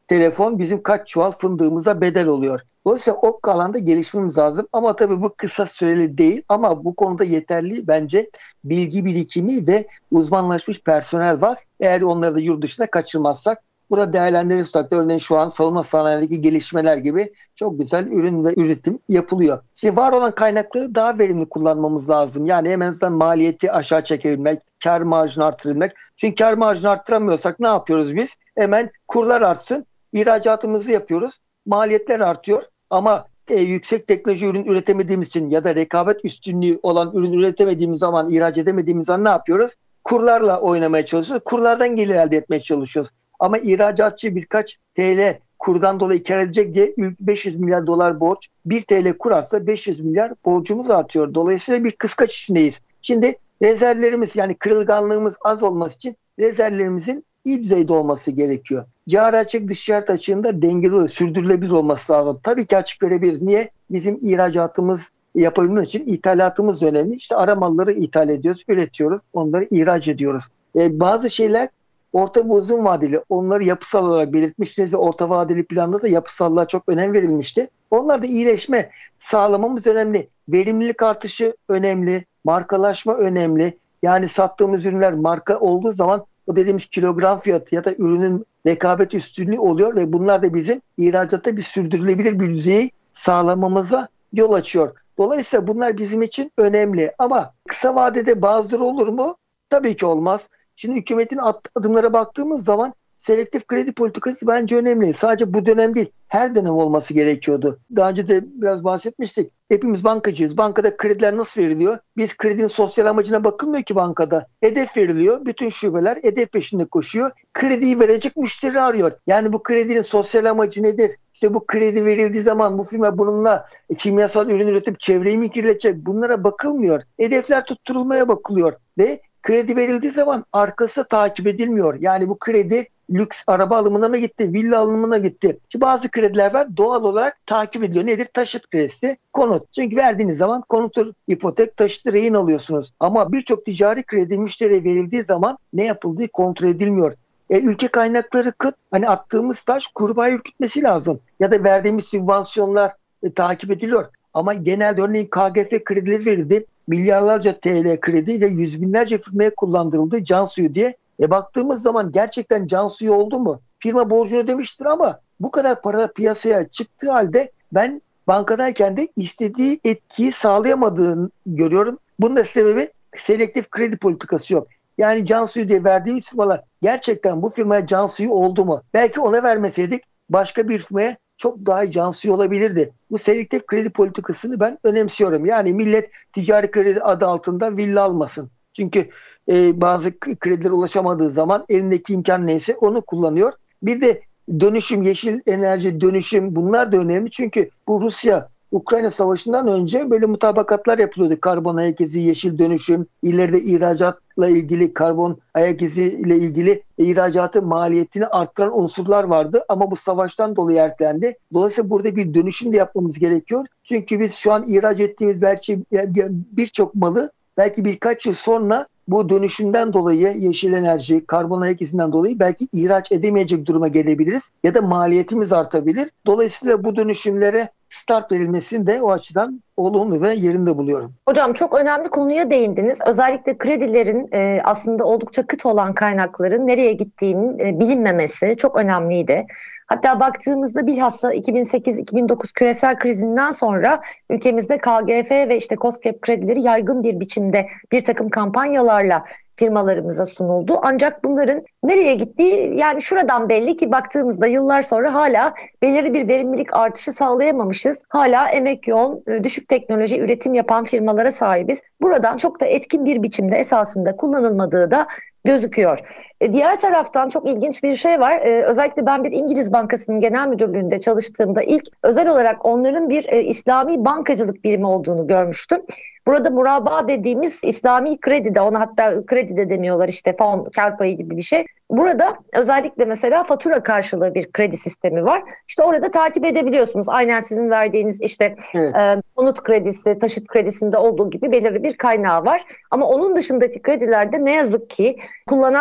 telefon bizim kaç çuval fındığımıza bedel oluyor. Dolayısıyla o alanda gelişmemiz lazım. Ama tabii bu kısa süreli değil, ama bu konuda yeterli bence bilgi birikimi ve uzmanlaşmış personel var. Eğer onları da yurt dışına kaçırmazsak, burada değerlendirirsak da örneğin şu an savunma sanayindeki gelişmeler gibi çok güzel ürün ve üretim yapılıyor. Şimdi var olan kaynakları daha verimli kullanmamız lazım. Yani en azından maliyeti aşağı çekebilmek, kar marjını artırılmak. Çünkü kar marjını arttıramıyorsak ne yapıyoruz biz? Hemen kurlar artsın, ihracatımızı yapıyoruz, maliyetler artıyor. Ama yüksek teknoloji ürün üretemediğimiz için ya da rekabet üstünlüğü olan ürün üretemediğimiz zaman, ihraç edemediğimiz zaman ne yapıyoruz? Kurlarla oynamaya çalışıyoruz. Kurlardan gelir elde etmeye çalışıyoruz. Ama ihracatçı birkaç TL kurdan dolayı kar edecek diye 500 milyar dolar borç, 1 TL kurarsa 500 milyar borcumuz artıyor. Dolayısıyla bir kıskaç içindeyiz. Şimdi rezervlerimiz, yani kırılganlığımız az olması için rezervlerimizin iyi düzeyde olması gerekiyor. Cari açık dış ticaret açığında dengeli, sürdürülebilir olması lazım. Tabii ki açık verebiliriz. Niye? Bizim ihracatımız yapabilmek için ithalatımız önemli. İşte ara malları ithal ediyoruz, üretiyoruz, onları ihraç ediyoruz. Bazı şeyler orta ve uzun vadeli, onları yapısal olarak belirtmişsiniz ve orta vadeli planda da yapısallığa çok önem verilmişti. Onlar da iyileşme sağlamamız önemli. Verimlilik artışı önemli, markalaşma önemli. Yani sattığımız ürünler marka olduğu zaman o dediğimiz kilogram fiyatı ya da ürünün rekabet üstünlüğü oluyor ve bunlar da bizim ihracatta bir sürdürülebilir bir düzeyi sağlamamıza yol açıyor. Dolayısıyla bunlar bizim için önemli, ama kısa vadede bazıları olur mu? Tabii ki olmaz. Şimdi hükümetin attığı adımlara baktığımız zaman selektif kredi politikası bence önemli. Sadece bu dönem değil, her dönem olması gerekiyordu. Daha önce de biraz bahsetmiştik. Hepimiz bankacıyız. Bankada krediler nasıl veriliyor? Biz kredinin sosyal amacına bakılmıyor ki bankada. Hedef veriliyor. Bütün şubeler hedef peşinde koşuyor. Krediyi verecek müşteri arıyor. Yani bu kredinin sosyal amacı nedir? İşte bu kredi verildiği zaman bu firma bununla kimyasal ürün üretip çevreyi mi kirletecek? Bunlara bakılmıyor. Hedefler tutturulmaya bakılıyor ve kredi verildiği zaman arkası takip edilmiyor. Yani bu kredi lüks araba alımına mı gitti, villa alımına gitti? Ki bazı krediler var, doğal olarak takip ediliyor. Nedir? Taşıt kredisi, konut. Çünkü verdiğiniz zaman konutu, ipotek, taşıtı rehin alıyorsunuz. Ama birçok ticari kredi müşteriye verildiği zaman ne yapıldığı kontrol edilmiyor. Ülke kaynakları kıt. Hani attığımız taş kurbağayı ürkütmesi lazım. Ya da verdiğimiz sübvansiyonlar takip ediliyor. Ama genelde örneğin KGF kredileri verildi. Milyarlarca TL kredi ve yüz binlerce firmaya kullandırıldı can suyu diye. Baktığımız zaman gerçekten can suyu oldu mu? Firma borcunu ödemiştir ama bu kadar para piyasaya çıktığı halde ben bankadayken de istediği etkiyi sağlayamadığını görüyorum. Bunun da sebebi selektif kredi politikası yok. Yani can suyu diye verdiğimiz firmalar gerçekten bu firmaya can suyu oldu mu? Belki ona vermeseydik başka bir firmaya çok daha can suyu olabilirdi. Bu selektif kredi politikasını ben önemsiyorum. Yani millet ticari kredi adı altında villa almasın. Çünkü bazı kredilere ulaşamadığı zaman elindeki imkan neyse onu kullanıyor. Bir de dönüşüm, yeşil enerji dönüşüm, bunlar da önemli. Çünkü bu Rusya-Ukrayna savaşından önce böyle mutabakatlar yapılıyordu. Karbon ayak izi, yeşil dönüşüm, ileride ihracatla ilgili, karbon ayak izi ile ilgili ihracatı maliyetini arttıran unsurlar vardı. Ama bu savaştan dolayı ertelendi. Dolayısıyla burada bir dönüşüm de yapmamız gerekiyor. Çünkü biz şu an ihraç ettiğimiz belki birçok malı belki birkaç yıl sonra bu dönüşümden dolayı, yeşil enerji, karbon ayak izinden dolayı belki ihraç edemeyecek duruma gelebiliriz ya da maliyetimiz artabilir. Dolayısıyla bu dönüşümlere start verilmesini de o açıdan olumlu ve yerinde buluyorum. Hocam çok önemli konuya değindiniz. Özellikle kredilerin aslında oldukça kıt olan kaynakların nereye gittiğinin bilinmemesi çok önemliydi. Hatta baktığımızda bilhassa 2008-2009 küresel krizinden sonra ülkemizde KGF ve işte KOSGEB kredileri yaygın bir biçimde bir takım kampanyalarla firmalarımıza sunuldu. Ancak bunların nereye gittiği yani şuradan belli ki baktığımızda yıllar sonra hala belirli bir verimlilik artışı sağlayamamışız. Hala emek yoğun, düşük teknoloji üretim yapan firmalara sahibiz. Buradan çok da etkin bir biçimde esasında kullanılmadığı da gözüküyor. Diğer taraftan çok ilginç bir şey var. Özellikle ben bir İngiliz bankasının genel müdürlüğünde çalıştığımda ilk özel olarak onların bir İslami bankacılık birimi olduğunu görmüştüm. Burada muraba dediğimiz İslami kredi de, ona hatta kredi de demiyorlar, işte fon, kar payı gibi bir şey. Burada özellikle mesela fatura karşılığı bir kredi sistemi var. İşte orada takip edebiliyorsunuz. Aynen sizin verdiğiniz işte evet, konut kredisi, taşıt kredisinde olduğu gibi belirli bir kaynağı var. Ama onun dışındaki kredilerde ne yazık ki kullanan firmanın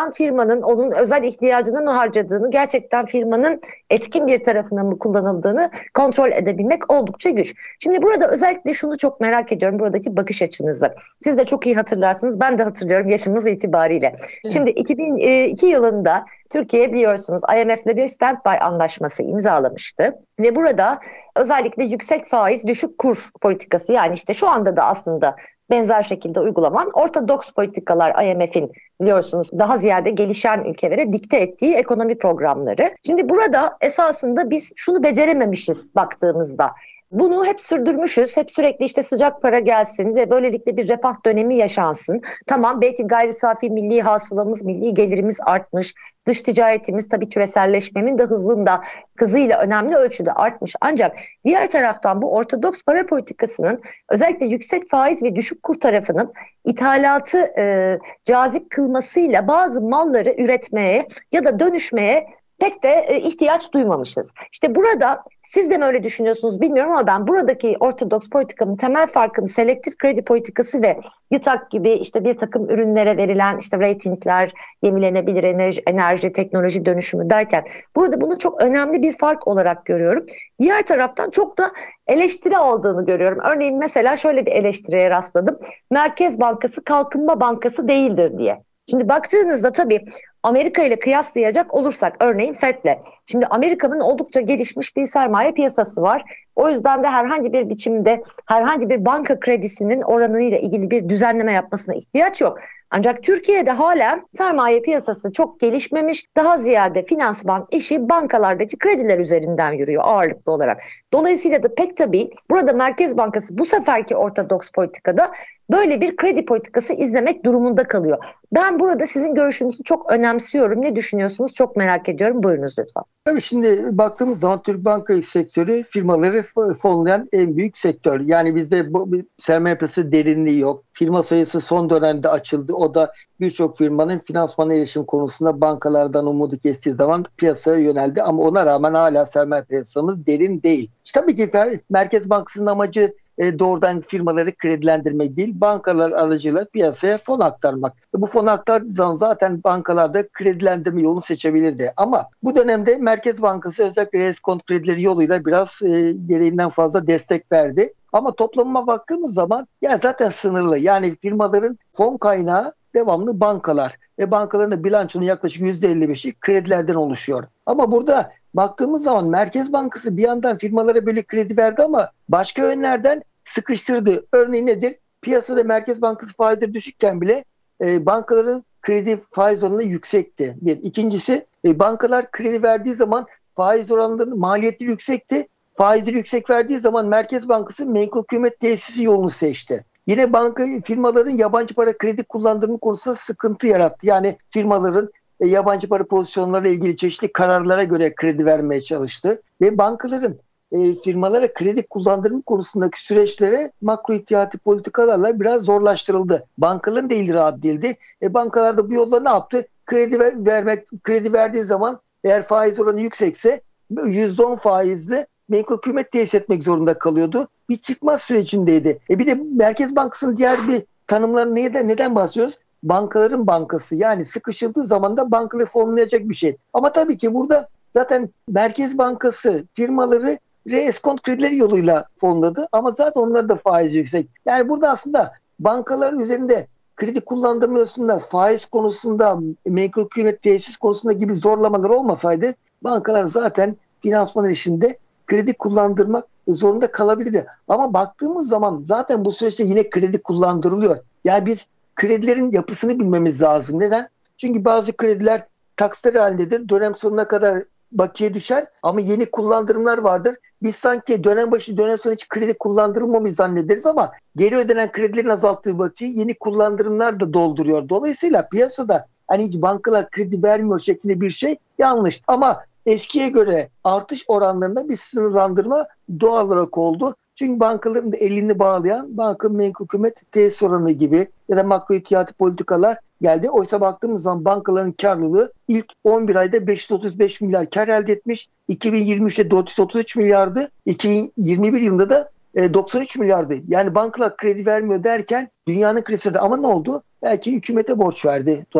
firmanın onun özel ihtiyacına mı harcadığını, gerçekten firmanın etkin bir tarafına mı kullanıldığını kontrol edebilmek oldukça güç. Şimdi burada özellikle şunu çok merak ediyorum, buradaki bakış açınızı. Siz de çok iyi hatırlarsınız, ben de hatırlıyorum yaşımız itibariyle. Şimdi 2002 yılında Türkiye biliyorsunuz IMF'le bir standby anlaşması imzalamıştı ve burada özellikle yüksek faiz, düşük kur politikası, yani işte şu anda da aslında benzer şekilde uygulanan ortodoks politikalar IMF'in biliyorsunuz daha ziyade gelişen ülkelere dikte ettiği ekonomi programları. Şimdi burada esasında biz şunu becerememişiz baktığımızda. Bunu hep sürdürmüşüz. Hep sürekli işte sıcak para gelsin ve böylelikle bir refah dönemi yaşansın. Tamam, belki gayri safi milli hasılamız, milli gelirimiz artmış. Dış ticaretimiz tabii küreselleşmenin de hızıyla önemli ölçüde artmış. Ancak diğer taraftan bu ortodoks para politikasının özellikle yüksek faiz ve düşük kur tarafının ithalatı cazip kılmasıyla bazı malları üretmeye ya da dönüşmeye pek de ihtiyaç duymamışız. İşte burada siz de mi öyle düşünüyorsunuz bilmiyorum ama ben buradaki ortodoks politikanın temel farkını selektif kredi politikası ve YTAK gibi işte bir takım ürünlere verilen işte ratingler, yenilenebilir enerji, teknoloji dönüşümü derken burada bunu çok önemli bir fark olarak görüyorum. Diğer taraftan çok da eleştiri aldığını görüyorum. Örneğin mesela şöyle bir eleştiriye rastladım. Merkez Bankası Kalkınma Bankası değildir diye. Şimdi baktığınızda tabii Amerika ile kıyaslayacak olursak örneğin FED'le. Şimdi Amerika'nın oldukça gelişmiş bir sermaye piyasası var. O yüzden de herhangi bir biçimde herhangi bir banka kredisinin oranıyla ilgili bir düzenleme yapmasına ihtiyaç yok. Ancak Türkiye'de hala sermaye piyasası çok gelişmemiş. Daha ziyade finansman işi bankalardaki krediler üzerinden yürüyor ağırlıklı olarak. Dolayısıyla da pek tabii burada Merkez Bankası bu seferki ortodoks politikada böyle bir kredi politikası izlemek durumunda kalıyor. Ben burada sizin görüşünüzü çok önemsiyorum. Ne düşünüyorsunuz? Çok merak ediyorum. Buyurunuz lütfen. Tabii şimdi baktığımız zaman Türk bankacılık sektörü firmaları fonlayan en büyük sektör. Yani bizde bu sermaye piyasası derinliği yok. Firma sayısı son dönemde açıldı. O da birçok firmanın finansmana erişim konusunda bankalardan umudu kestiği zaman piyasaya yöneldi. Ama ona rağmen hala sermaye piyasamız derin değil. İşte tabii ki Merkez Bankası'nın amacı doğrudan firmaları kredilendirmek değil, bankalar aracılığıyla piyasaya fon aktarmak. Bu fonu aktardığı zaman zaten bankalarda kredilendirme yolunu seçebilirdi. Ama bu dönemde Merkez Bankası özellikle reskont kredileri yoluyla biraz gereğinden fazla destek verdi. Ama toplamına baktığımız zaman ya zaten sınırlı. Yani firmaların fon kaynağı devamlı bankalar. Ve bankaların da bilançonun yaklaşık %55'i kredilerden oluşuyor. Ama burada baktığımız zaman Merkez Bankası bir yandan firmalara böyle kredi verdi ama başka yönlerden sıkıştırdı. Örneğin nedir? Piyasada Merkez Bankası faizleri düşükken bile bankaların kredi faiz oranı yüksekti. İkincisi bankalar kredi verdiği zaman faiz oranlarının maliyeti yüksekti. Faizleri yüksek verdiği zaman Merkez Bankası menkul kıymet tesisi yolunu seçti. Yine firmaların yabancı para kredi kullandırma konusunda sıkıntı yarattı. Yani firmaların yabancı para pozisyonlarıyla ilgili çeşitli kararlara göre kredi vermeye çalıştı. Ve bankaların firmalara kredi kullandırma konusundaki süreçlere makro ihtiyati politikalarla biraz zorlaştırıldı. Bankaların da eli rahat değildi. Bankalar da bu yolla ne yaptı? Kredi verdiği zaman eğer faiz oranı yüksekse %10 faizle menkul kıymet tesis etmek zorunda kalıyordu. Bir çıkmaz sürecindeydi. Bir de Merkez Bankası'nın diğer bir tanımları neden bahsediyoruz? Bankaların bankası, yani sıkışıldığı zaman da bankaları fonlayacak bir şey. Ama tabii ki burada zaten Merkez Bankası firmaları reskont kredileri yoluyla fonladı ama zaten onların da faizi yüksek. Yani burada aslında bankaların üzerinde kredi kullandırmasında, faiz konusunda, menkul kıymet tesis konusunda gibi zorlamalar olmasaydı bankalar zaten finansman işinde kredi kullandırmak zorunda kalabilirdi. Ama baktığımız zaman zaten bu süreçte yine kredi kullandırılıyor. Yani biz kredilerin yapısını bilmemiz lazım. Neden? Çünkü bazı krediler taksitler halindedir. Dönem sonuna kadar bakiye düşer ama yeni kullandırımlar vardır. Biz sanki dönem başı dönem sonu hiç kredi kullandırılmamayı zannederiz ama geri ödenen kredilerin azalttığı bakiye yeni kullandırımlar da dolduruyor. Dolayısıyla piyasada hani hiç bankalar kredi vermiyor şeklinde bir şey yanlış. Ama eskiye göre artış oranlarında bir sınırlandırma doğal olarak oldu. Çünkü bankaların da elini bağlayan banka menkul kıymet tesis oranı gibi ya da makro ihtiyati politikalar geldi. Oysa baktığımız zaman bankaların karlılığı ilk 11 ayda 535 milyar kar elde etmiş. 2023'te 433 milyardı. 2021 yılında da 93 milyardı. Yani bankalar kredi vermiyor derken dünyanın kredisi de ama ne oldu? Belki hükümete borç verdi doğal olarak.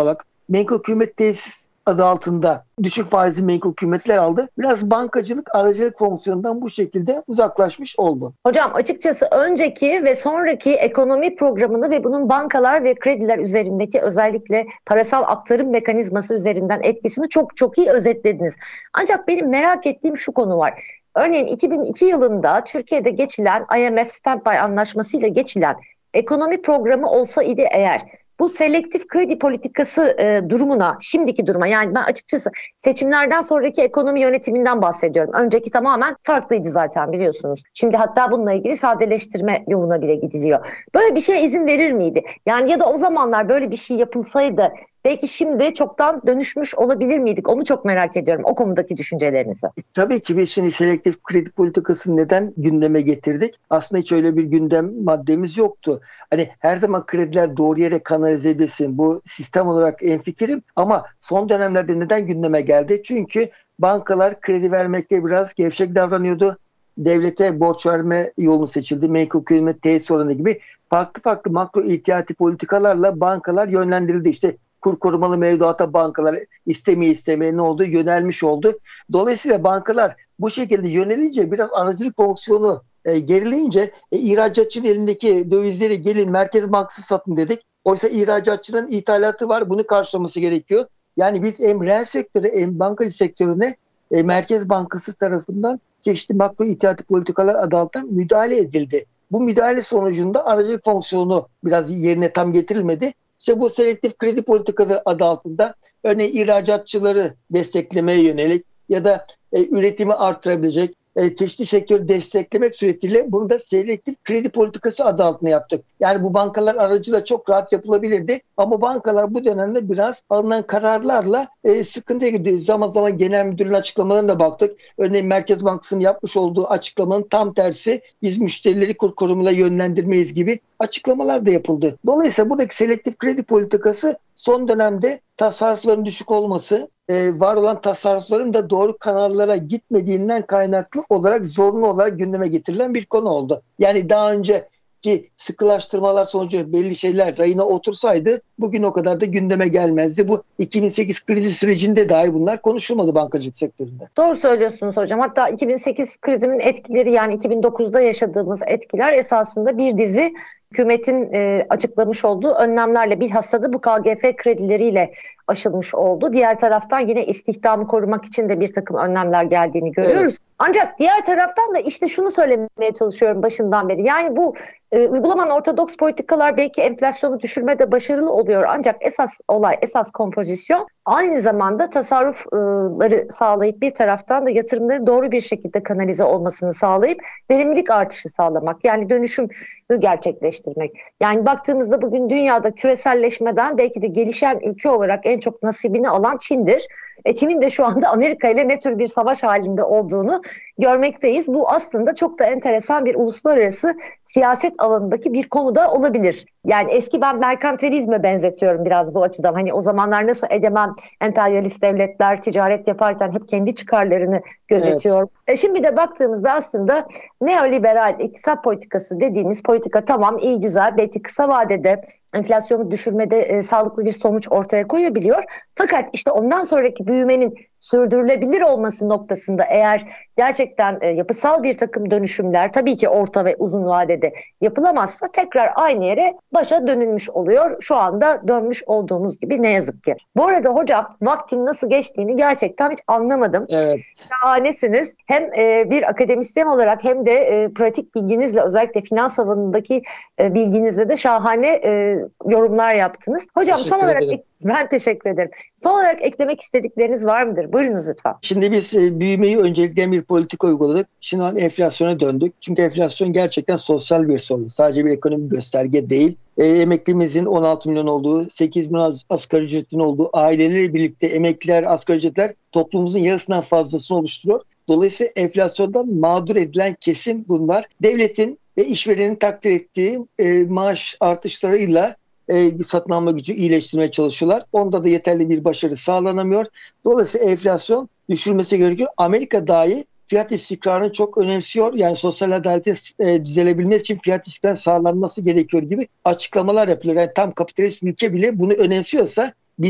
menkul kıymet tesis adı altında düşük faizli menkul kıymetler aldı. Biraz bankacılık, aracılık fonksiyonundan bu şekilde uzaklaşmış oldu. Hocam açıkçası önceki ve sonraki ekonomi programını ve bunun bankalar ve krediler üzerindeki özellikle parasal aktarım mekanizması üzerinden etkisini çok çok iyi özetlediniz. Ancak benim merak ettiğim şu konu var. Örneğin 2002 yılında Türkiye'de geçilen IMF Standby Anlaşması ile geçilen ekonomi programı olsa idi eğer, bu selektif kredi politikası durumuna, şimdiki duruma, yani ben açıkçası seçimlerden sonraki ekonomi yönetiminden bahsediyorum. Önceki tamamen farklıydı zaten, biliyorsunuz. Şimdi hatta bununla ilgili sadeleştirme yoluna bile gidiliyor. Böyle bir şeye izin verir miydi? Yani ya da o zamanlar böyle bir şey yapılsaydı belki şimdi çoktan dönüşmüş olabilir miydik? Onu çok merak ediyorum, o konudaki düşüncelerinizi. Tabii ki biz şimdi selektif kredi politikasını neden gündeme getirdik? Aslında hiç öyle bir gündem maddemiz yoktu. Hani her zaman krediler doğru yere kanalize edilsin. Bu sistem olarak enfikirim, ama son dönemlerde neden gündeme geldi? Çünkü bankalar kredi vermekte biraz gevşek davranıyordu. Devlete borç verme yolu seçildi. Menkul kıymet tesis oranı gibi farklı farklı makro ihtiyati politikalarla bankalar yönlendirildi. İşte kur korumalı mevduata bankalar istemeye ne oldu? Yönelmiş oldu. Dolayısıyla bankalar bu şekilde yönelince biraz aracılık fonksiyonu gerileyince ihracatçının elindeki dövizleri gelin Merkez Bankası satın dedik. Oysa ihracatçının ithalatı var. Bunu karşılaması gerekiyor. Yani biz hem reel sektöre hem bankacı sektörüne Merkez Bankası tarafından çeşitli makro ihtiyati politikalar adı altında müdahale edildi. Bu müdahale sonucunda aracılık fonksiyonu biraz yerine tam getirilmedi. İşte bu selektif kredi politikaları adı altında örneğin ihracatçıları desteklemeye yönelik ya da üretimi artırabilecek çeşitli sektörü desteklemek suretiyle bunu da selektif kredi politikası adı altında yaptık. Yani bu bankalar aracılığıyla çok rahat yapılabilirdi, ama bankalar bu dönemde biraz alınan kararlarla sıkıntıya girdi. Zaman zaman genel müdürün açıklamalarına da baktık. Örneğin Merkez Bankası'nın yapmış olduğu açıklamanın tam tersi, biz müşterileri kur korumayla yönlendirmeyiz gibi açıklamalar da yapıldı. Dolayısıyla buradaki selektif kredi politikası son dönemde tasarrufların düşük olması, var olan tasarrufların da doğru kanallara gitmediğinden kaynaklı olarak zorunlu olarak gündeme getirilen bir konu oldu. Yani daha önceki sıkılaştırmalar sonucu belli şeyler rayına otursaydı bugün o kadar da gündeme gelmezdi. Bu 2008 krizi sürecinde dahi bunlar konuşulmadı bankacılık sektöründe. Doğru söylüyorsunuz hocam. Hatta 2008 krizinin etkileri, yani 2009'da yaşadığımız etkiler esasında bir dizi hükümetin açıklamış olduğu önlemlerle, bilhassa da bu KGF kredileriyle aşılmış oldu. Diğer taraftan yine istihdamı korumak için de bir takım önlemler geldiğini görüyoruz. Evet. Ancak diğer taraftan da işte şunu söylemeye çalışıyorum başından beri. Yani bu uygulanan ortodoks politikalar belki enflasyonu düşürmede başarılı oluyor. Ancak esas olay, esas kompozisyon aynı zamanda tasarrufları sağlayıp bir taraftan da yatırımları doğru bir şekilde kanalize olmasını sağlayıp verimlilik artışı sağlamak. Yani dönüşümü gerçekleştirmek. Yani baktığımızda bugün dünyada küreselleşmeden belki de gelişen ülke olarak en çok nasibini alan Çin'dir. Çin'in de şu anda Amerika ile ne tür bir savaş halinde olduğunu görmekteyiz. Bu aslında çok da enteresan bir uluslararası siyaset alanındaki bir konu da olabilir. Yani eski, ben merkantilizme benzetiyorum biraz bu açıdan. Hani o zamanlar nasıl egemen emperyalist devletler ticaret yaparken hep kendi çıkarlarını gözetiyor. Evet. Şimdi de baktığımızda aslında neoliberal iktisat politikası dediğimiz politika tamam, iyi güzel, belki kısa vadede enflasyonu düşürmede sağlıklı bir sonuç ortaya koyabiliyor. Fakat işte ondan sonraki büyümenin sürdürülebilir olması noktasında eğer gerçekten yapısal bir takım dönüşümler, tabii ki orta ve uzun vadede yapılamazsa tekrar aynı yere başa dönülmüş oluyor. Şu anda dönmüş olduğumuz gibi, ne yazık ki. Bu arada hocam, vaktin nasıl geçtiğini gerçekten hiç anlamadım. Evet. Şahanesiniz. Hem bir akademisyen olarak hem de pratik bilginizle, özellikle finans alanındaki bilginizle de şahane yorumlar yaptınız. Hocam son olarak ben teşekkür ederim. Son olarak eklemek istedikleriniz var mıdır? Buyurunuz lütfen. Şimdi biz büyümeyi öncelikle bir politika uyguladık. Şimdi enflasyona döndük. Çünkü enflasyon gerçekten sosyal bir sorun. Sadece bir ekonomik gösterge değil. Emeklimizin 16 milyon olduğu, 8 milyon asgari ücretin olduğu, aileleri birlikte emekliler, asgari ücretler toplumumuzun yarısından fazlasını oluşturuyor. Dolayısıyla enflasyondan mağdur edilen kesim bunlar. Devletin ve işverenin takdir ettiği maaş artışlarıyla satın alma gücü iyileştirmeye çalışıyorlar. Onda da yeterli bir başarı sağlanamıyor. Dolayısıyla enflasyon düşürülmesi gerekiyor. Amerika dahi fiyat istikrarını çok önemsiyor. Yani sosyal adaletin düzelebilmesi için fiyat istikrarı sağlanması gerekiyor gibi açıklamalar yapılıyor. Yani tam kapitalist ülke bile bunu önemsiyorsa bizim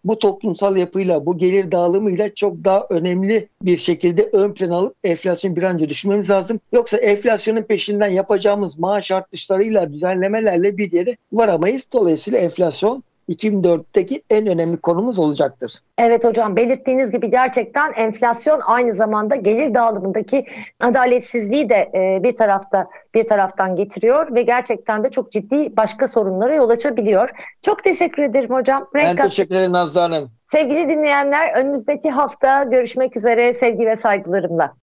bu toplumsal yapıyla, bu gelir dağılımıyla çok daha önemli bir şekilde ön plana alıp enflasyonu bir an önce düşürmemiz lazım. Yoksa enflasyonun peşinden yapacağımız maaş artışlarıyla, düzenlemelerle bir yere varamayız. Dolayısıyla enflasyon 2004'teki en önemli konumuz olacaktır. Evet hocam, belirttiğiniz gibi gerçekten enflasyon aynı zamanda gelir dağılımındaki adaletsizliği de bir taraftan getiriyor ve gerçekten de çok ciddi başka sorunlara yol açabiliyor. Çok teşekkür ederim hocam. Ben teşekkür ederim Nazlı Hanım. Sevgili dinleyenler, önümüzdeki hafta görüşmek üzere, sevgi ve saygılarımla.